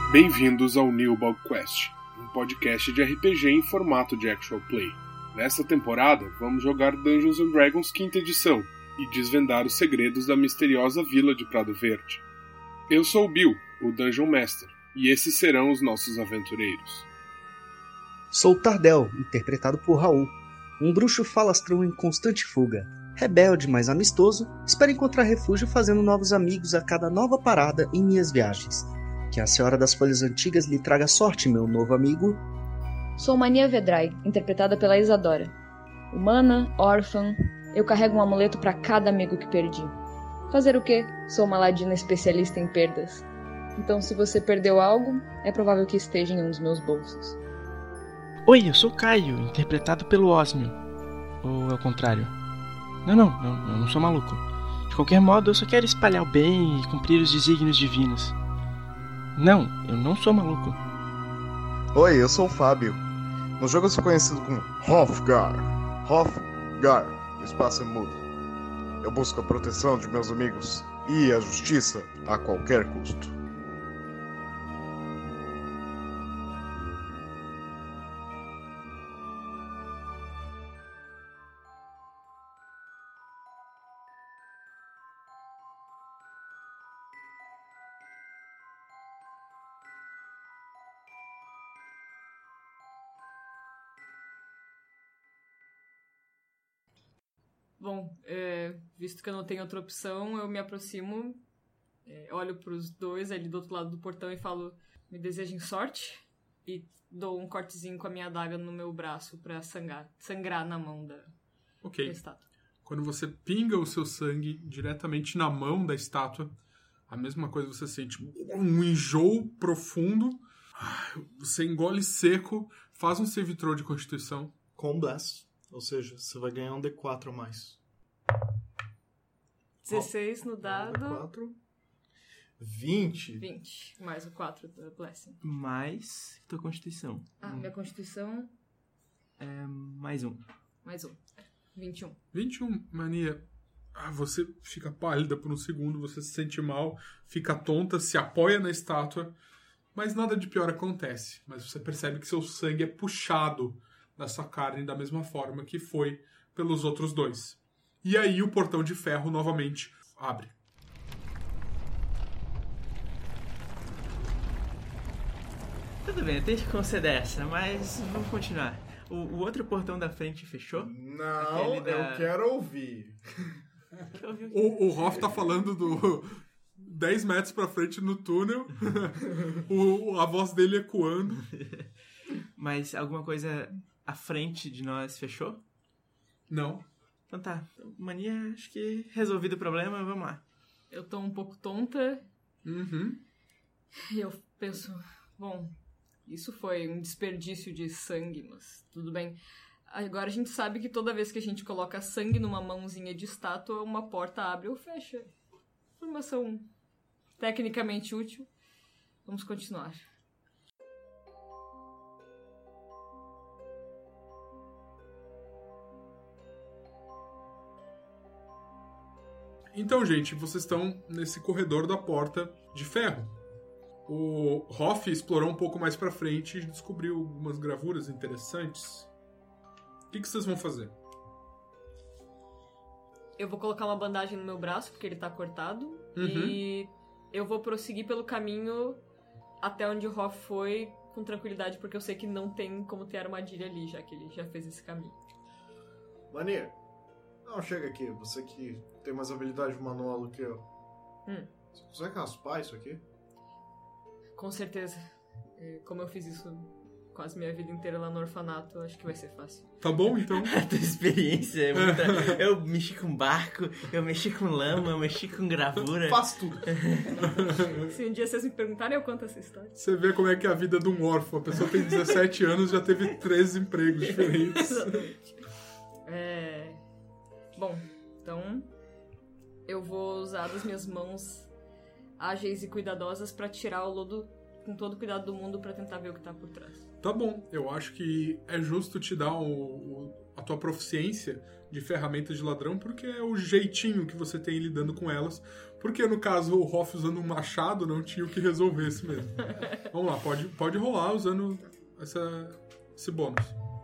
Bem-vindos ao New Bog Quest, um podcast de RPG em formato de actual play. Nesta temporada, vamos jogar Dungeons & Dragons 5ª edição e desvendar os segredos da misteriosa vila de Prado Verde. Eu sou o Bill, o Dungeon Master, e esses serão os nossos aventureiros. Sou o Tardel, interpretado por Raul, um bruxo falastrão em constante fuga. Rebelde, mas amistoso, espero encontrar refúgio fazendo novos amigos a cada nova parada em minhas viagens. Que a Senhora das Folhas Antigas lhe traga sorte, meu novo amigo. Sou Mania Vedrai, interpretada pela Isadora. Humana, órfã, eu carrego um amuleto para cada amigo que perdi. Fazer o quê? Sou uma ladina especialista em perdas. Então, se você perdeu algo, é provável que esteja em um dos meus bolsos. Oi, eu sou Caio, interpretado pelo Osmio. Ou é o contrário? Não, eu não sou maluco. De qualquer modo, eu só quero espalhar o bem e cumprir os desígnios divinos. Não, eu não sou maluco. Oi, eu sou o Fábio. No jogo eu sou conhecido como Hrothgar. Hrothgar, o espaço é mudo. Eu busco a proteção de meus amigos e a justiça a qualquer custo. Bom, visto que eu não tenho outra opção, eu me aproximo, olho pros dois ali do outro lado do portão e falo: me desejem sorte, e dou um cortezinho com a minha adaga no meu braço pra sangrar na mão da estátua. Quando você pinga o seu sangue diretamente na mão da estátua, a mesma coisa você sente um enjoo profundo, você engole seco, faz um save throw de constituição. Com Bless. Ou seja, você vai ganhar um D4 a mais. 16 no dado. D4. 20. 20. Mais o 4 da Blessing. Mais tua constituição. Minha constituição... Mais um. 21. 21, Mania. Você fica pálida por um segundo, você se sente mal, fica tonta, se apoia na estátua, mas nada de pior acontece. Mas você percebe que seu sangue é puxado da sua carne da mesma forma que foi pelos outros dois. E aí o portão de ferro novamente abre. Tudo bem, eu tenho que conceder essa, mas vamos continuar. O outro portão da frente fechou? Não, eu quero ouvir. O Hoff tá falando do 10 metros pra frente no túnel, a voz dele ecoando. Mas alguma coisa à frente de nós fechou? Não. Então tá, Mania, acho que resolvido o problema, vamos lá. Eu tô um pouco tonta. Uhum. E eu penso, bom, isso foi um desperdício de sangue, mas tudo bem. Agora a gente sabe que toda vez que a gente coloca sangue numa mãozinha de estátua, uma porta abre ou fecha. Informação tecnicamente útil. Vamos continuar. Então, gente, vocês estão nesse corredor da porta de ferro. O Hoff explorou um pouco mais pra frente e descobriu algumas gravuras interessantes. O que vocês vão fazer? Eu vou colocar uma bandagem no meu braço, porque ele tá cortado. Uhum. E eu vou prosseguir pelo caminho até onde o Hoff foi com tranquilidade, porque eu sei que não tem como ter armadilha ali, já que ele já fez esse caminho. Mania, não, chega aqui. Você que tem mais habilidade manual do que eu. Você consegue raspar isso aqui? Com certeza. Como eu fiz isso quase minha vida inteira lá no orfanato, acho que vai ser fácil. Tá bom, então. A tua experiência é muita... Eu mexi com barco, eu mexi com lama, eu mexi com gravura. Faço tudo. Se um dia vocês me perguntarem, eu conto essa história. Você vê como é que é a vida de um órfão. A pessoa tem 17 anos e já teve 13 empregos diferentes. Exatamente. Bom, então eu vou usar das minhas mãos ágeis e cuidadosas pra tirar o lodo com todo o cuidado do mundo pra tentar ver o que tá por trás. Tá bom, eu acho que é justo te dar a tua proficiência de ferramentas de ladrão, porque é o jeitinho que você tem lidando com elas. Porque, no caso, o Hoff usando um machado não tinha o que resolver isso mesmo. Vamos lá, pode rolar usando esse bônus.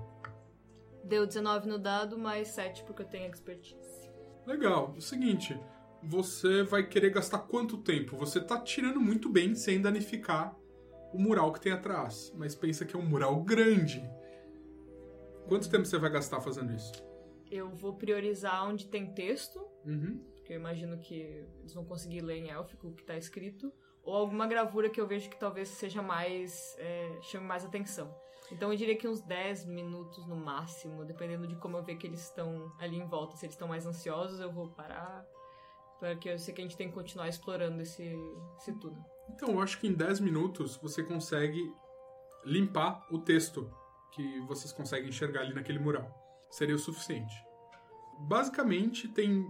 Deu 19 no dado, mais 7 porque eu tenho expertise. Legal. É o seguinte, você vai querer gastar quanto tempo? Você tá tirando muito bem sem danificar o mural que tem atrás. Mas pensa que é um mural grande. Quanto tempo você vai gastar fazendo isso? Eu vou priorizar onde tem texto, porque eu imagino que eles vão conseguir ler em élfico o que tá escrito, ou alguma gravura que eu vejo que talvez seja mais... chame mais atenção. Então eu diria que uns 10 minutos no máximo, dependendo de como eu ver que eles estão ali em volta. Se eles estão mais ansiosos, eu vou parar, porque eu sei que a gente tem que continuar explorando esse túnel. Então, eu acho que em 10 minutos você consegue limpar o texto que vocês conseguem enxergar ali naquele mural. Seria o suficiente. Basicamente, tem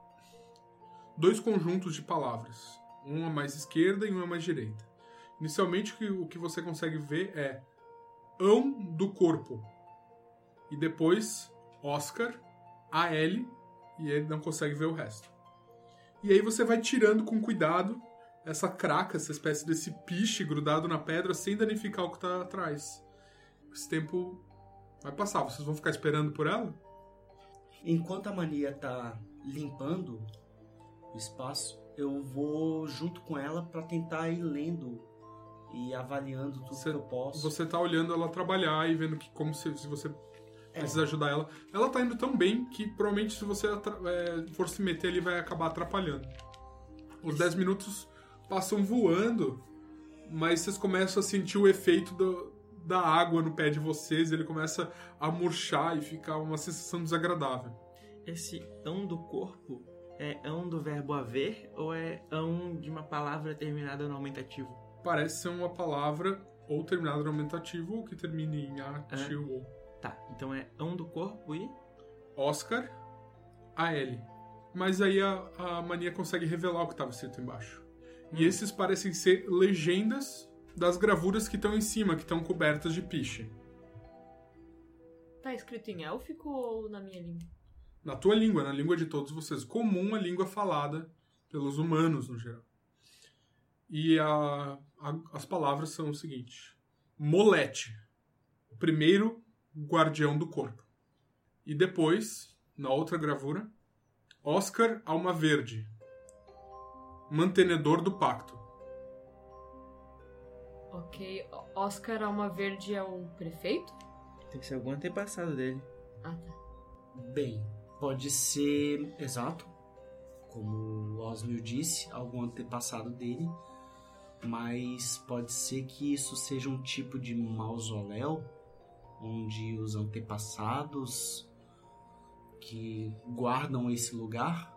2 conjuntos de palavras. Uma mais esquerda e uma mais direita. Inicialmente, o que você consegue ver é ão do corpo. E depois, Oscar, AL, e ele não consegue ver o resto. E aí você vai tirando com cuidado essa craca, essa espécie desse piche grudado na pedra, sem danificar o que está atrás. Esse tempo vai passar. Vocês vão ficar esperando por ela? Enquanto a Mania tá limpando o espaço, eu vou junto com ela para tentar ir lendo e avaliando tudo que eu posso. Você tá olhando ela trabalhar e vendo que como se você precisa ajudar ela. Ela tá indo tão bem que provavelmente se você for se meter ali vai acabar atrapalhando. Os 10 minutos passam voando, mas vocês começam a sentir o efeito da água no pé de vocês, ele começa a murchar e ficar uma sensação desagradável. Esse ão do corpo é ão do verbo haver ou é ão de uma palavra terminada no aumentativo? Parece ser uma palavra ou terminada no aumentativo ou que termine em ativo. Tá, então é ão do corpo e... Oscar, AL. Mas aí a Mania consegue revelar o que estava escrito embaixo. E esses parecem ser legendas das gravuras que estão em cima, que estão cobertas de piche. Tá escrito em élfico ou na minha língua? Na tua língua, na língua de todos vocês. Comum a língua falada pelos humanos, no geral. E as palavras são o seguinte. Molete. O primeiro guardião do corpo. E depois, na outra gravura, Oscar Alma Verde. Mantenedor do pacto. Ok. Oscar Alma Verde é o prefeito? Tem que ser algum antepassado dele. Ah, tá. Bem, pode ser exato, como o Osmio disse, algum antepassado dele, mas pode ser que isso seja um tipo de mausoléu onde os antepassados que guardam esse lugar.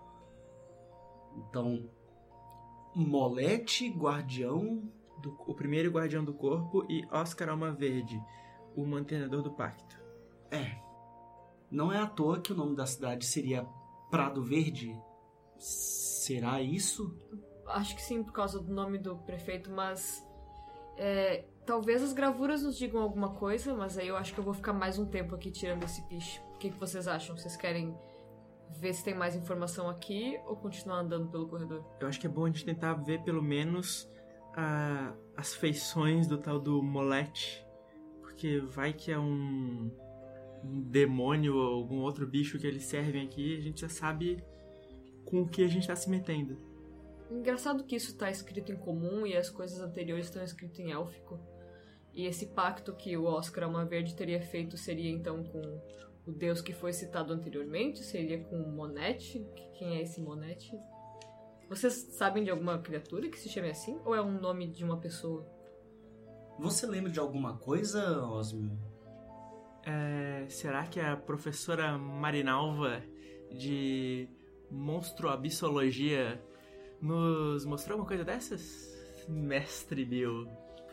Então, Molete, guardião... O primeiro guardião do corpo e Oscar Alma Verde, o mantenedor do pacto. Não é à toa que o nome da cidade seria Prado Verde. Será isso? Acho que sim, por causa do nome do prefeito, mas... talvez as gravuras nos digam alguma coisa, mas aí eu acho que eu vou ficar mais um tempo aqui tirando esse piche. O que vocês acham? Vocês querem ver se tem mais informação aqui ou continuar andando pelo corredor? Eu acho que é bom a gente tentar ver pelo menos as feições do tal do Molete, porque vai que é um demônio ou algum outro bicho que eles servem aqui, a gente já sabe com o que a gente tá se metendo. Engraçado que isso tá escrito em comum e as coisas anteriores estão escritas em élfico. E esse pacto que o Oscar Alma Verde teria feito seria então com o deus que foi citado anteriormente? Seria com Monete? Quem é esse Monete? Vocês sabem de alguma criatura que se chame assim? Ou é um nome de uma pessoa? Você lembra de alguma coisa, Osmio? Será que a professora Marinalva de monstruabissologia nos mostrou uma coisa dessas? Mestre Bill.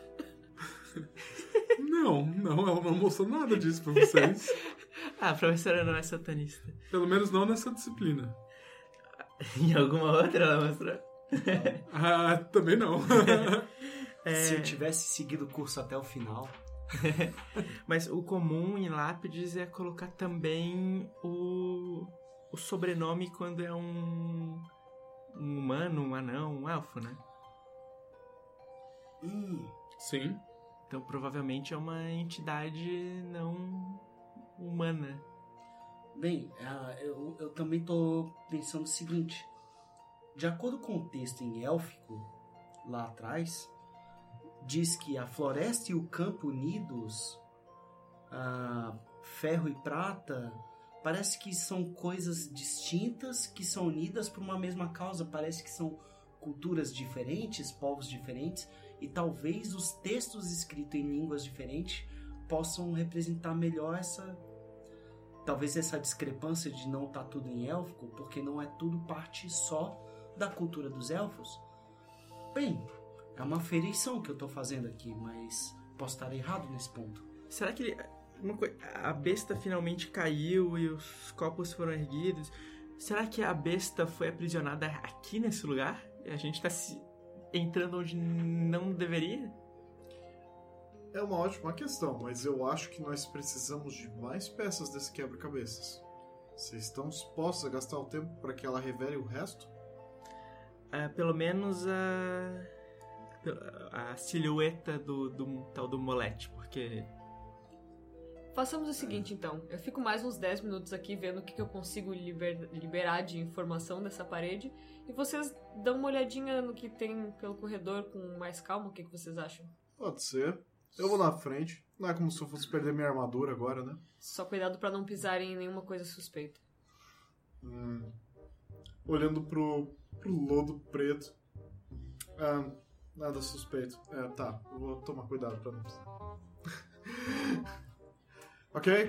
Não, ela não mostrou nada disso pra vocês. A professora não é satanista. Pelo menos não nessa disciplina. Em alguma outra ela mostrou? Também não. Se eu tivesse seguido o curso até o final... Mas o comum em lápides é colocar também o sobrenome quando é um humano, um anão, um elfo, né? Sim. Então provavelmente é uma entidade não humana. Bem, eu também tô pensando o seguinte. De acordo com o texto em élfico, lá atrás, diz que a floresta e o campo unidos, ferro e prata, parece que são coisas distintas que são unidas por uma mesma causa. Parece que são culturas diferentes, povos diferentes, e talvez os textos escritos em línguas diferentes possam representar melhor talvez essa discrepância de não estar tudo em élfico, porque não é tudo parte só da cultura dos elfos. Bem, é uma aferição que eu estou fazendo aqui, mas posso estar errado nesse ponto. Será que a besta finalmente caiu e os copos foram erguidos? Será que a besta foi aprisionada aqui nesse lugar? E a gente está entrando onde não deveria? É uma ótima questão, mas eu acho que nós precisamos de mais peças desse quebra-cabeças. Vocês estão dispostos a gastar o tempo para que ela revele o resto? Pelo menos a silhueta do tal do molete, porque... Façamos o seguinte, então. Eu fico mais uns 10 minutos aqui vendo o que eu consigo liberar de informação dessa parede, e vocês dão uma olhadinha no que tem pelo corredor com mais calma. O que vocês acham? Pode ser. Eu vou na frente. Não é como se eu fosse perder minha armadura agora, né? Só cuidado pra não pisarem em nenhuma coisa suspeita. Olhando pro lodo preto. Nada suspeito. Tá. Eu vou tomar cuidado pra não pisar. Ok?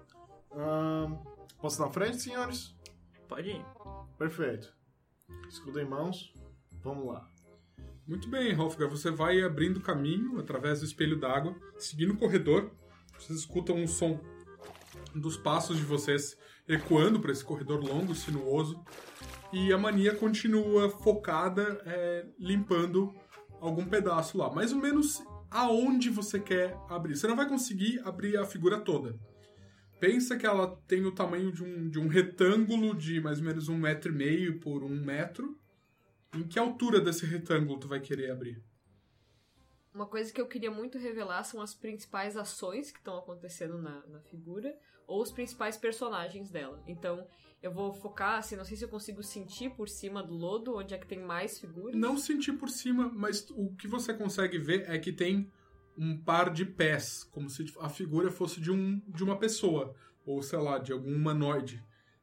Posso ir na frente, senhores? Pode ir. Perfeito. Escudo em mãos. Vamos lá. Muito bem, Hofgar. Você vai abrindo caminho através do espelho d'água, seguindo o corredor. Vocês escutam um som dos passos de vocês ecoando por esse corredor longo, sinuoso. E a Mania continua focada, limpando algum pedaço lá. Mais ou menos aonde você quer abrir. Você não vai conseguir abrir a figura toda. Pensa que ela tem o tamanho de um retângulo de mais ou menos 1,5 m por 1 metro. Em que altura desse retângulo tu vai querer abrir? Uma coisa que eu queria muito revelar são as principais ações que estão acontecendo na figura, ou os principais personagens dela. Então, eu vou focar, assim, não sei se eu consigo sentir por cima do lodo, onde é que tem mais figuras. Não sentir por cima, mas o que você consegue ver é que tem um par de pés, como se a figura fosse de uma pessoa, ou sei lá, de algum humanoide.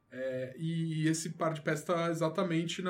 E esse par de pés está exatamente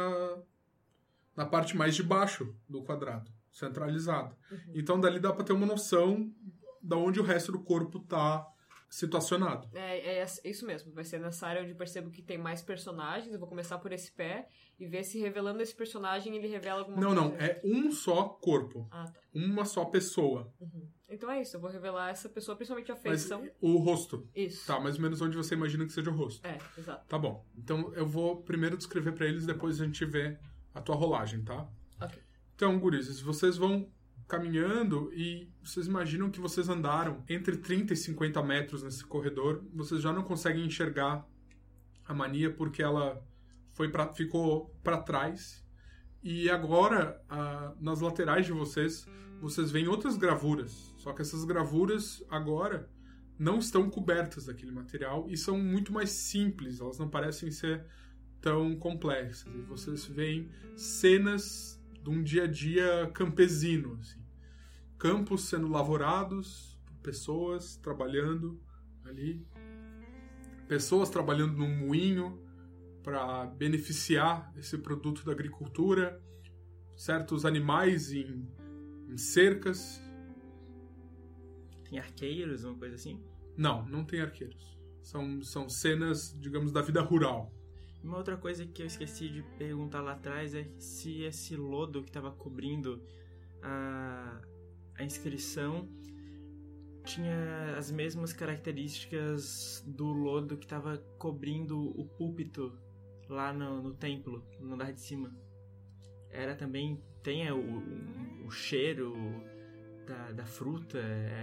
na parte mais de baixo do quadrado, centralizado. Então dali dá para ter uma noção de onde o resto do corpo tá situacionado. É isso mesmo, vai ser nessa área onde eu percebo que tem mais personagens. Eu vou começar por esse pé e ver se revelando esse personagem ele revela alguma coisa. Não, é um só corpo. Ah, tá. Uma só pessoa. Então é isso, eu vou revelar essa pessoa, principalmente a feição. Mas o rosto. Isso. Tá, mais ou menos onde você imagina que seja o rosto. Exato. Tá bom. Então eu vou primeiro descrever para eles, depois a gente vê a tua rolagem, tá? Ok. Então, gurizes, vocês vão caminhando e vocês imaginam que vocês andaram entre 30 e 50 metros nesse corredor. Vocês já não conseguem enxergar a Mania porque ela ficou para trás. E agora, nas laterais de vocês veem outras gravuras. Só que essas gravuras agora não estão cobertas daquele material e são muito mais simples. Elas não parecem ser tão complexas. E vocês veem cenas de um dia a dia campesino, assim. Campos sendo lavourados, pessoas trabalhando ali, pessoas trabalhando num moinho para beneficiar esse produto da agricultura, certos animais em cercas. Tem arqueiros, uma coisa assim? Não tem arqueiros. São cenas, digamos, da vida rural. Uma outra coisa que eu esqueci de perguntar lá atrás é se esse lodo que estava cobrindo a inscrição tinha as mesmas características do lodo que estava cobrindo o púlpito lá no templo, no andar de cima. era também... Tem o cheiro da fruta,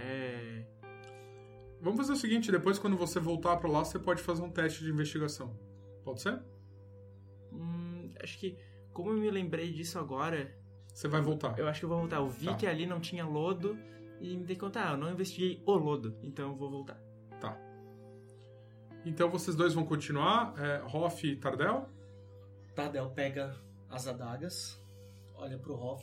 Vamos fazer o seguinte, depois quando você voltar pra lá, você pode fazer um teste de investigação. Pode ser? Acho que, como eu me lembrei disso agora... Você vai voltar. Eu acho que eu vou voltar. Eu vi que ali não tinha lodo e me dei conta, eu não investiguei o lodo, então eu vou voltar. Tá. Então vocês dois vão continuar, Hoff e Tardel? Tardel pega as adagas, olha pro Hoff.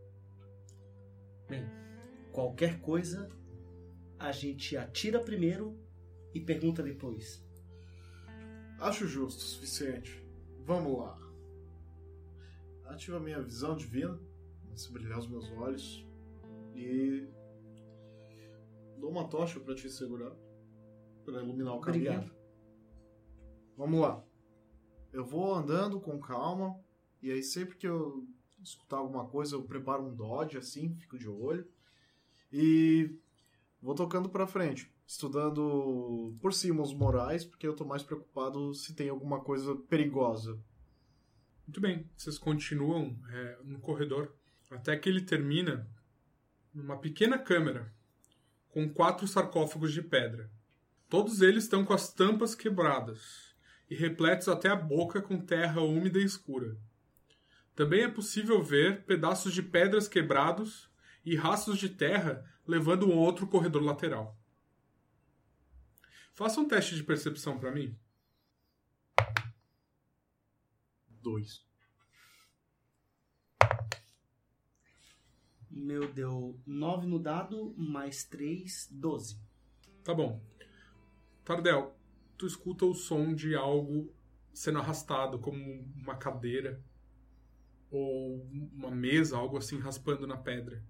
Bem, qualquer coisa, a gente atira primeiro e pergunta depois. Acho justo o suficiente. Vamos lá. Ativo a minha visão divina, começo a brilhar os meus olhos e dou uma tocha pra te segurar, pra iluminar o caminho. Obrigado. Vamos lá. Eu vou andando com calma e aí sempre que eu escutar alguma coisa eu preparo um dodge assim, fico de olho e vou tocando pra frente, estudando por cima os morais, porque eu tô mais preocupado se tem alguma coisa perigosa. Muito bem, vocês continuam no corredor até que ele termina numa pequena câmara com 4 sarcófagos de pedra. Todos eles estão com as tampas quebradas e repletos até a boca com terra úmida e escura. Também é possível ver pedaços de pedras quebrados e rastros de terra levando um outro corredor lateral. Faça um teste de percepção para mim. 2. Meu deu 9 no dado, mais 3, 12. Tá bom. Tardel, tu escuta o som de algo sendo arrastado, como uma cadeira ou uma mesa, algo assim, raspando na pedra.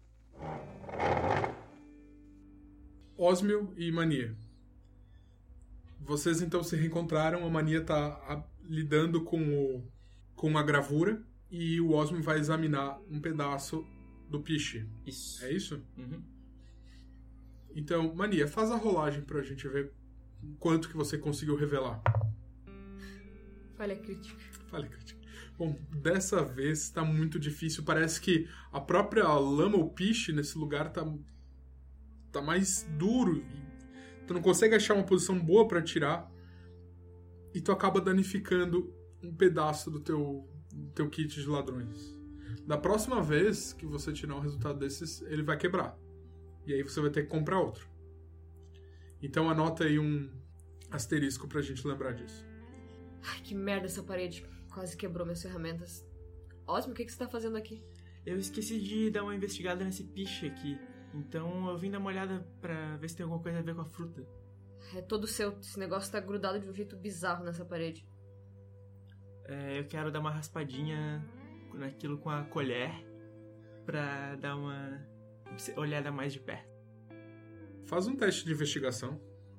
Osmio e Mania. Vocês então se reencontraram, a Mania está lidando com a gravura e o Osmio vai examinar um pedaço do piche. Isso. É isso? Uhum. Então, Mania, faz a rolagem pra gente ver quanto que você conseguiu revelar. Falha crítica. Falha crítica. Bom, dessa vez tá muito difícil. Parece que a própria lama ou piche nesse lugar tá mais duro. Tu não consegue achar uma posição boa pra tirar. E tu acaba danificando um pedaço do teu kit de ladrões. Da próxima vez que você tirar um resultado desses, ele vai quebrar. E aí você vai ter que comprar outro. Então anota aí um asterisco pra gente lembrar disso. Ai, que merda essa parede. Quase quebrou minhas ferramentas. Osmo, o que você tá fazendo aqui? Eu esqueci de dar uma investigada nesse piche aqui. Então eu vim dar uma olhada pra ver se tem alguma coisa a ver com a fruta. É todo seu. Esse negócio tá grudado de um jeito bizarro nessa parede. Eu quero dar uma raspadinha naquilo com a colher pra dar uma olhada mais de perto. Faz um teste de investigação.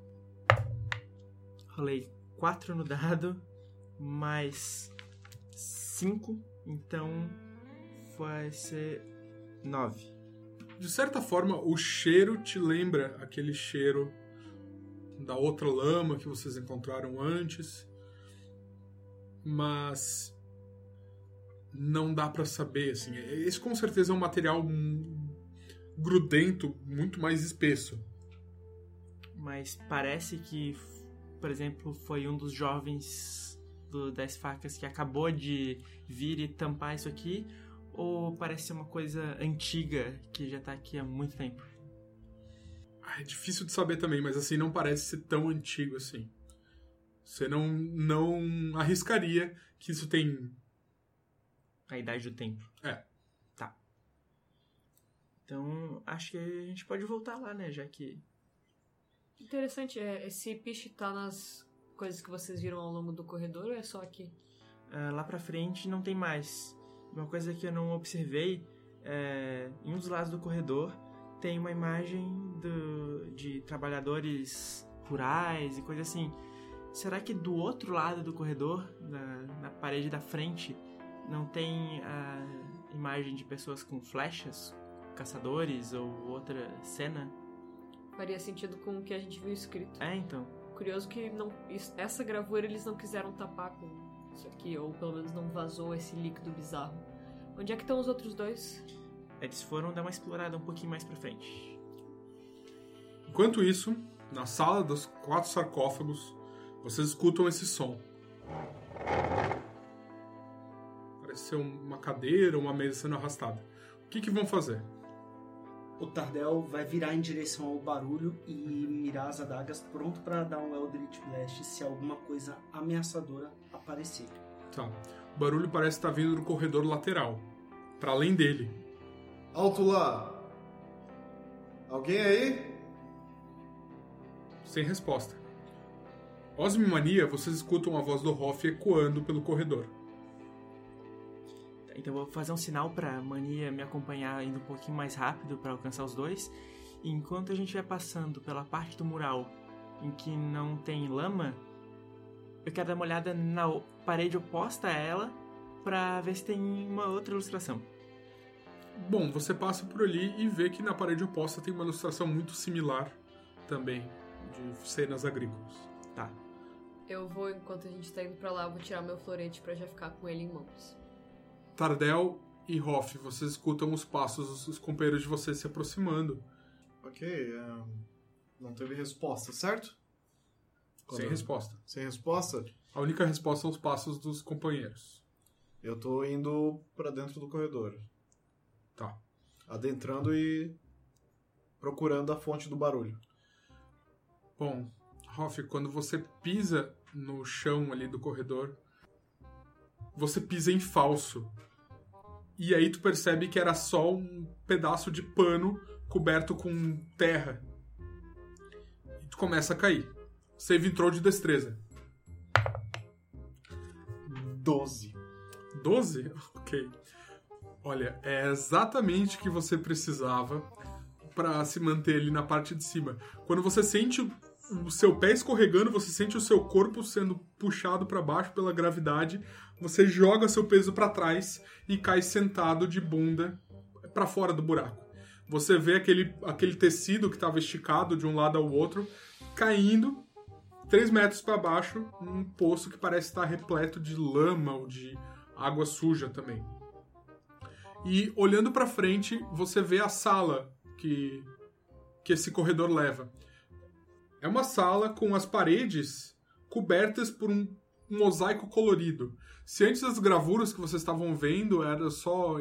Rolei 4 no dado, mais 5, então vai ser 9. De certa forma, o cheiro te lembra aquele cheiro da outra lama que vocês encontraram antes, mas não dá pra saber, assim. Esse com certeza é um material grudento, muito mais espesso. Mas parece que, por exemplo, foi um dos jovens das facas que acabou de vir e tampar isso aqui, ou parece ser uma coisa antiga que já tá aqui há muito tempo? É difícil de saber também, mas assim, não parece ser tão antigo assim. Você não arriscaria que isso tem... A idade do tempo. É. Tá. Então, acho que a gente pode voltar lá, né, já que... Interessante, esse piche tá nas coisas que vocês viram ao longo do corredor ou é só aqui? Lá pra frente não tem mais. Uma coisa que eu não observei, em um dos lados do corredor tem uma imagem de trabalhadores rurais e coisa assim. Será que do outro lado do corredor, na parede da frente, não tem a imagem de pessoas com flechas, caçadores ou outra cena? Faria sentido com o que a gente viu escrito. Então. Curioso que essa gravura eles não quiseram tapar com isso aqui, ou pelo menos não vazou esse líquido bizarro. Onde é que estão os outros dois? Eles foram dar uma explorada um pouquinho mais pra frente. Enquanto isso, na sala dos 4 sarcófagos, vocês escutam esse som. Parece ser uma cadeira ou uma mesa sendo arrastada. O que vão fazer? O Tardel vai virar em direção ao barulho e mirar as adagas, pronto para dar um Eldritch Blast se alguma coisa ameaçadora aparecer. Tá. O barulho parece estar vindo do corredor lateral, para além dele. Alto lá! Alguém aí? Sem resposta. Osmo e Mania, vocês escutam a voz do Hoff ecoando pelo corredor. Então eu vou fazer um sinal pra Mania me acompanhar indo um pouquinho mais rápido pra alcançar os dois. E enquanto a gente vai passando pela parte do mural em que não tem lama, eu quero dar uma olhada na parede oposta a ela pra ver se tem uma outra ilustração. Bom, você passa por ali e vê que na parede oposta tem uma ilustração muito similar também, de cenas agrícolas. Tá. Eu vou, enquanto a gente tá indo pra lá, eu vou tirar meu florete pra já ficar com ele em mãos. Tardel e Hoff, vocês escutam os passos dos companheiros de vocês se aproximando. Ok, não teve resposta, certo? Sem resposta. Sem resposta? A única resposta são os passos dos companheiros. Eu tô indo pra dentro do corredor. Tá. Adentrando e procurando a fonte do barulho. Bom, Hoff, quando você pisa no chão ali do corredor, você pisa em falso. E aí tu percebe que era só um pedaço de pano coberto com terra. E tu começa a cair. Save throw de destreza. 12. 12? Ok. Olha, é exatamente o que você precisava para se manter ali na parte de cima. Quando você sente o seu pé escorregando, você sente o seu corpo sendo puxado para baixo pela gravidade, você joga seu peso para trás e cai sentado de bunda para fora do buraco. Você vê aquele tecido que estava esticado de um lado ao outro caindo 3 metros para baixo num poço que parece estar repleto de lama ou de água suja também. E olhando para frente, você vê a sala que esse corredor leva. É uma sala com as paredes cobertas por um mosaico colorido. Se antes as gravuras que vocês estavam vendo era só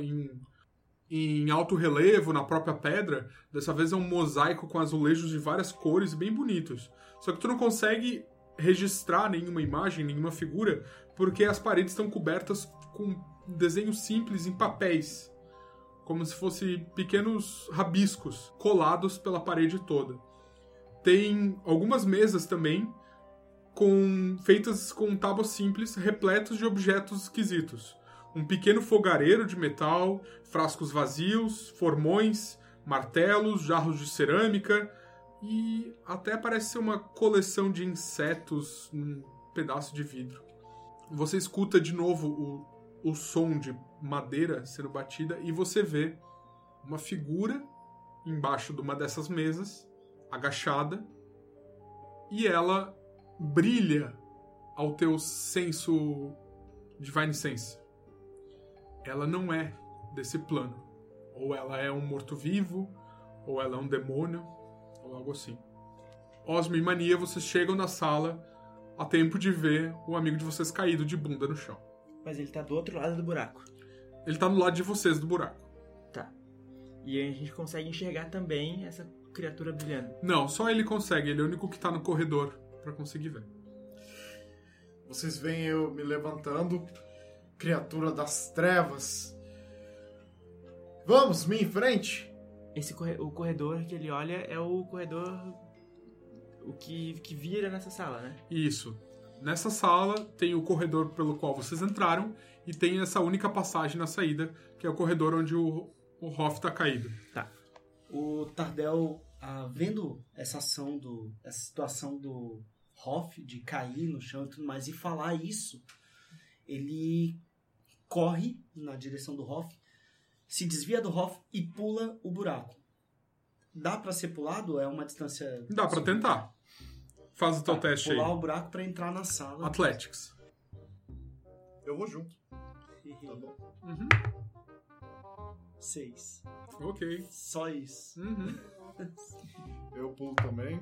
em alto relevo, na própria pedra, dessa vez é um mosaico com azulejos de várias cores bem bonitos. Só que tu não consegue registrar nenhuma imagem, nenhuma figura, porque as paredes estão cobertas com desenhos simples em papéis, como se fossem pequenos rabiscos colados pela parede toda. Tem algumas mesas também, feitas com tábuas simples, repletas de objetos esquisitos. Um pequeno fogareiro de metal, frascos vazios, formões, martelos, jarros de cerâmica e até parece ser uma coleção de insetos num pedaço de vidro. Você escuta de novo o som de madeira sendo batida e você vê uma figura embaixo de uma dessas mesas, agachada, e ela brilha ao teu senso Divine Sense. Ela não é desse plano. Ou ela é um morto-vivo, ou ela é um demônio, ou algo assim. Osmo e Mania, vocês chegam na sala a tempo de ver o amigo de vocês caído de bunda no chão. Mas ele tá do outro lado do buraco. Ele tá do lado de vocês do buraco. Tá. E aí a gente consegue enxergar também essa criatura brilhando. Não, só ele consegue. Ele é o único que tá no corredor pra conseguir ver. Vocês veem eu me levantando, criatura das trevas. Vamos, me em frente. O corredor que ele olha é o corredor o que vira nessa sala, né? Isso. Nessa sala tem o corredor pelo qual vocês entraram e tem essa única passagem na saída, que é o corredor onde o Hoff tá caído. Tá. O Tardel, vendo essa situação do Hoff de cair no chão e tudo mais e falar isso, ele corre na direção do Hoff, se desvia do Hoff e pula o buraco. Dá pra ser pulado? É uma distância... Dá pra tentar. Faz o teu teste aí. Pular o buraco pra entrar na sala. Athletics. Eu vou junto. Tá bom. Uhum. 6. Ok. Só isso. Uhum. Eu pulo também.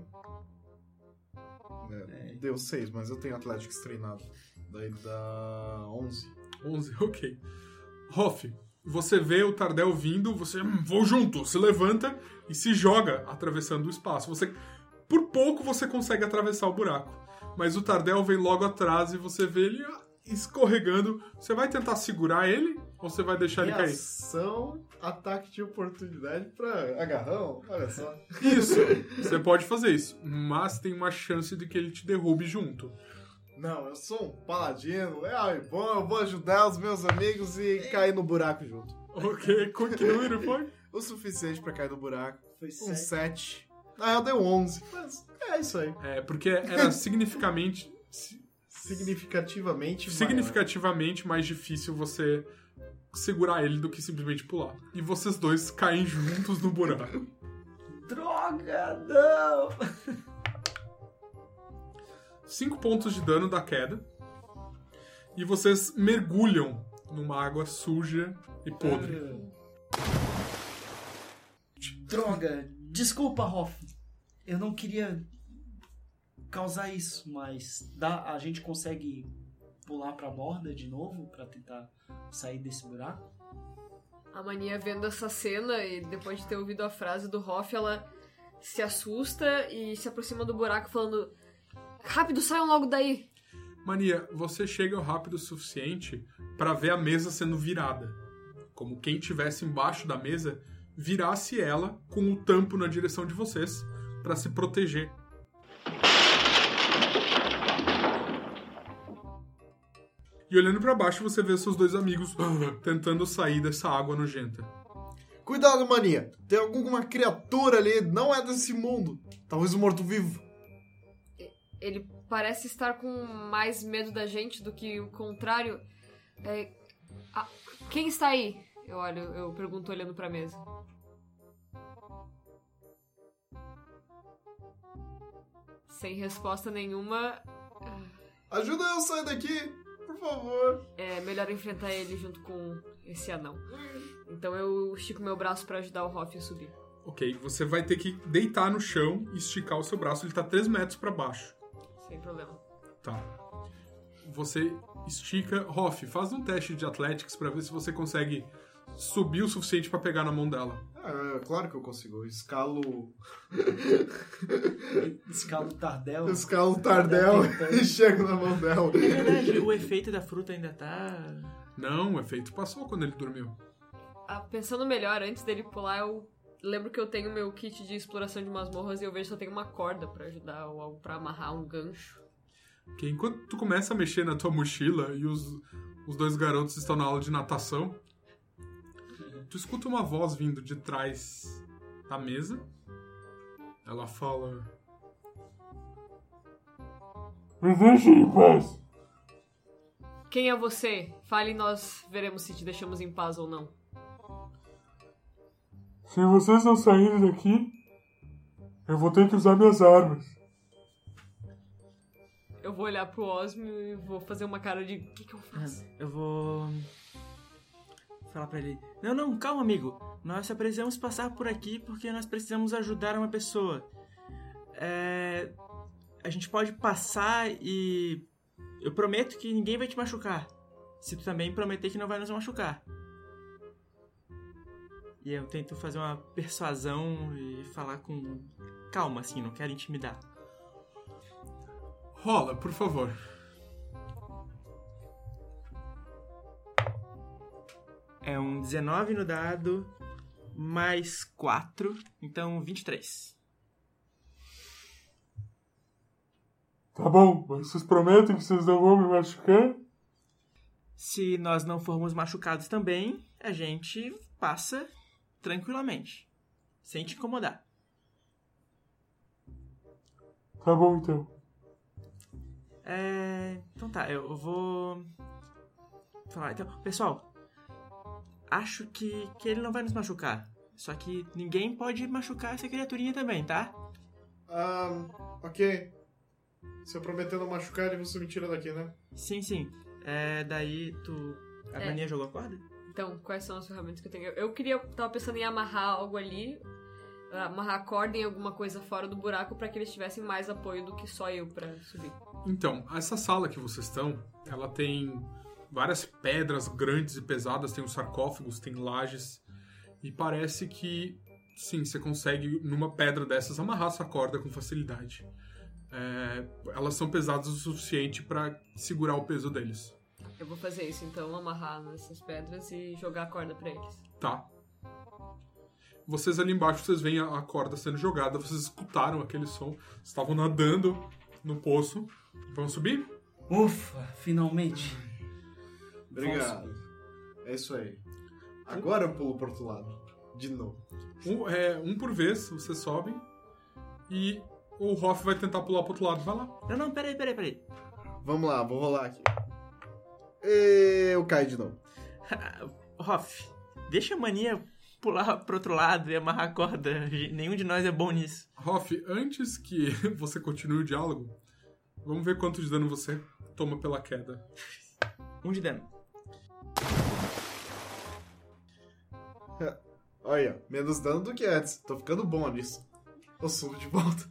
Deu 6, mas eu tenho Athletics treinado. Daí dá 11. 11, ok. Hoff, você vê o Tardel vindo, você... vou junto! Se levanta e se joga atravessando o espaço. Você, por pouco você consegue atravessar o buraco. Mas o Tardel vem logo atrás e você vê ele escorregando. Você vai tentar segurar ele ou você vai deixar ele cair? Reação, ataque de oportunidade pra agarrão. Olha só. Isso, você pode fazer isso. Mas tem uma chance de que ele te derrube junto. Não, eu sou um paladino. Bom, eu vou ajudar os meus amigos e cair no buraco junto. Ok, continue, não foi? O suficiente pra cair no buraco. Foi Um 7. Ah, eu dei um 11. Mas é isso aí. É, porque era significativamente mais difícil você segurar ele do que simplesmente pular. E vocês dois caem juntos no buraco. Droga, não! 5 pontos de dano da queda. E vocês mergulham numa água suja e podre. Droga! Desculpa, Hoff. Eu não queria causar isso, mas a gente consegue pular pra borda de novo pra tentar sair desse buraco? A Mania vendo essa cena e depois de ter ouvido a frase do Hoff, ela se assusta e se aproxima do buraco falando: rápido, saiam logo daí! Mania, você chega rápido o suficiente pra ver a mesa sendo virada. Como quem estivesse embaixo da mesa virasse ela com o tampo na direção de vocês pra se proteger. E olhando pra baixo, você vê seus dois amigos tentando sair dessa água nojenta. Cuidado, Mania. Tem alguma criatura ali, não é desse mundo. Talvez um morto-vivo. Ele parece estar com mais medo da gente do que o contrário. Quem está aí? Eu pergunto olhando pra mesa. Sem resposta nenhuma. Ajuda eu a sair daqui, por favor. É melhor enfrentar ele junto com esse anão. Então eu estico meu braço pra ajudar o Hoff a subir. Ok, você vai ter que deitar no chão e esticar o seu braço. Ele tá 3 metros pra baixo. Sem problema. Tá. Você estica... Hoff, faz um teste de Athletics pra ver se você consegue subir o suficiente pra pegar na mão dela. Claro que eu consigo. Eu escalo... Escalo o Tardel. Eu escalo o Tardel e chego na mão dela. É verdade, o efeito da fruta ainda tá... Não, o efeito passou quando ele dormiu. Pensando melhor, antes dele pular, eu lembro que eu tenho meu kit de exploração de masmorras e eu vejo que eu tenho uma corda pra ajudar ou algo pra amarrar um gancho. Ok, enquanto tu começa a mexer na tua mochila e os dois garotos estão na aula de natação, tu escuta uma voz vindo de trás da mesa. Ela fala... Me deixe em paz. Quem é você? Fale e nós veremos se te deixamos em paz ou não. Se vocês não saírem daqui, eu vou ter que usar minhas armas. Eu vou olhar pro Osmio e vou fazer uma cara de... O que eu faço? Eu vou... falar pra ele... Não, calma, amigo. Nós só precisamos passar por aqui porque nós precisamos ajudar uma pessoa. A gente pode passar e... Eu prometo que ninguém vai te machucar. Se tu também prometer que não vai nos machucar. E eu tento fazer uma persuasão e falar com calma, assim, não quero intimidar. Rola, por favor. É um 19 no dado, mais 4, então 23. Tá bom, mas vocês prometem que vocês não vão me machucar? Se nós não formos machucados também, a gente passa tranquilamente, sem te incomodar. Tá bom, então. Então tá, eu vou falar. Então, pessoal, acho que ele não vai nos machucar. Só que ninguém pode machucar essa criaturinha também, tá? Ok. Se eu prometer não machucar, ele você me tira daqui, né? Sim. Daí tu... A Mania jogou a corda? Então, quais são as ferramentas que eu tenho? Tava pensando em amarrar algo ali, amarrar a corda em alguma coisa fora do buraco pra que eles tivessem mais apoio do que só eu pra subir. Então, essa sala que vocês estão, ela tem várias pedras grandes e pesadas, tem os sarcófagos, tem lajes, e parece que, sim, você consegue, numa pedra dessas, amarrar essa corda com facilidade. Elas são pesadas o suficiente pra segurar o peso deles. Eu vou fazer isso, então, amarrar nessas pedras e jogar a corda pra eles. Tá. Vocês ali embaixo, vocês veem a corda sendo jogada, vocês escutaram aquele som, estavam nadando no poço. Vão subir? Ufa, finalmente. Obrigado. É isso aí. Agora eu pulo pro outro lado. De novo. Um por vez, vocês sobem. E o Hoff vai tentar pular pro outro lado. Vai lá. Não, peraí. Vamos lá, vou rolar aqui. Eu caio de novo. Hoff, deixa a mania pular pro outro lado e amarrar a corda. Nenhum de nós é bom nisso. Hoff, antes que você continue o diálogo, vamos ver quanto de dano você toma pela queda. 1 de dano. Olha, menos dano do que antes. Tô ficando bom nisso. Eu subo de volta.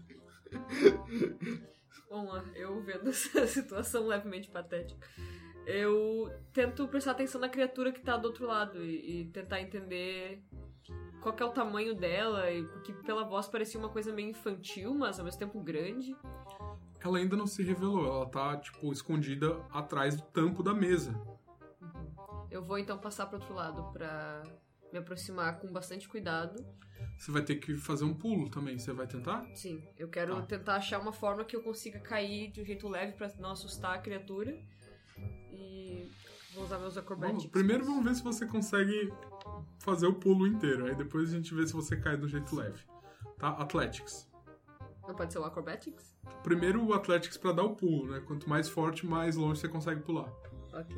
Vamos lá, eu vendo essa situação levemente patética. Eu tento prestar atenção na criatura que tá do outro lado e tentar entender qual que é o tamanho dela, porque pela voz parecia uma coisa meio infantil, mas ao mesmo tempo grande. Ela ainda não se revelou, ela tá, escondida atrás do tampo da mesa. Eu vou então passar pro outro lado pra me aproximar com bastante cuidado. Você vai ter que fazer um pulo também, você vai tentar? Sim, eu quero tentar achar uma forma que eu consiga cair de um jeito leve pra não assustar a criatura. E vou usar meus acrobatics. Primeiro vamos ver se você consegue fazer o pulo inteiro, aí depois a gente vê se você cai do jeito leve. Tá? Athletics. Não pode ser o acrobatics? Primeiro o Athletics pra dar o pulo, né? Quanto mais forte, mais longe você consegue pular. Ok.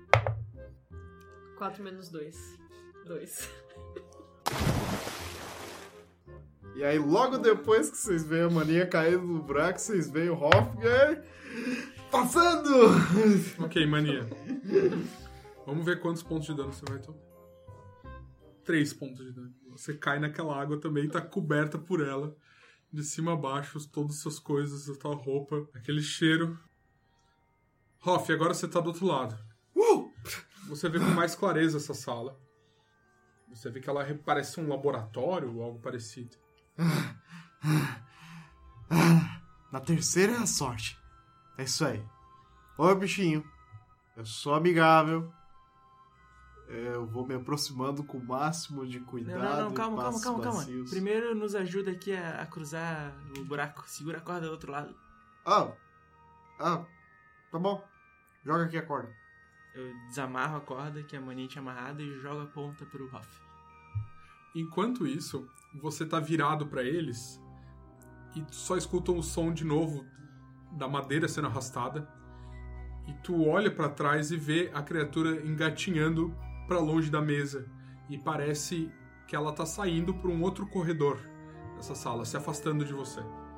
4 menos 2. 2. E aí, logo depois que vocês veem a mania caindo no buraco, vocês veem o Hofgar passando! Ok, mania. Vamos ver quantos pontos de dano você vai tomar. 3 pontos de dano. Você cai naquela água também e tá coberta por ela. De cima a baixo, todas as suas coisas, a tua roupa, aquele cheiro. Hoff, agora você tá do outro lado. Você vê com mais clareza essa sala. Você vê que ela parece um laboratório ou algo parecido. Na terceira é a sorte. É isso aí. Oi, bichinho. Eu sou amigável. Eu vou me aproximando com o máximo de cuidado. Não, calma. Primeiro nos ajuda aqui a cruzar o buraco. Segura a corda do outro lado. Tá bom. Joga aqui a corda. Eu desamarro a corda que a mania tinha amarrado e jogo a ponta pro Hoff. Enquanto isso, você tá virado pra eles e só escutam o som de novo da madeira sendo arrastada. E tu olha pra trás e vê a criatura engatinhando pra longe da mesa. E parece que ela tá saindo por um outro corredor dessa sala, se afastando de você.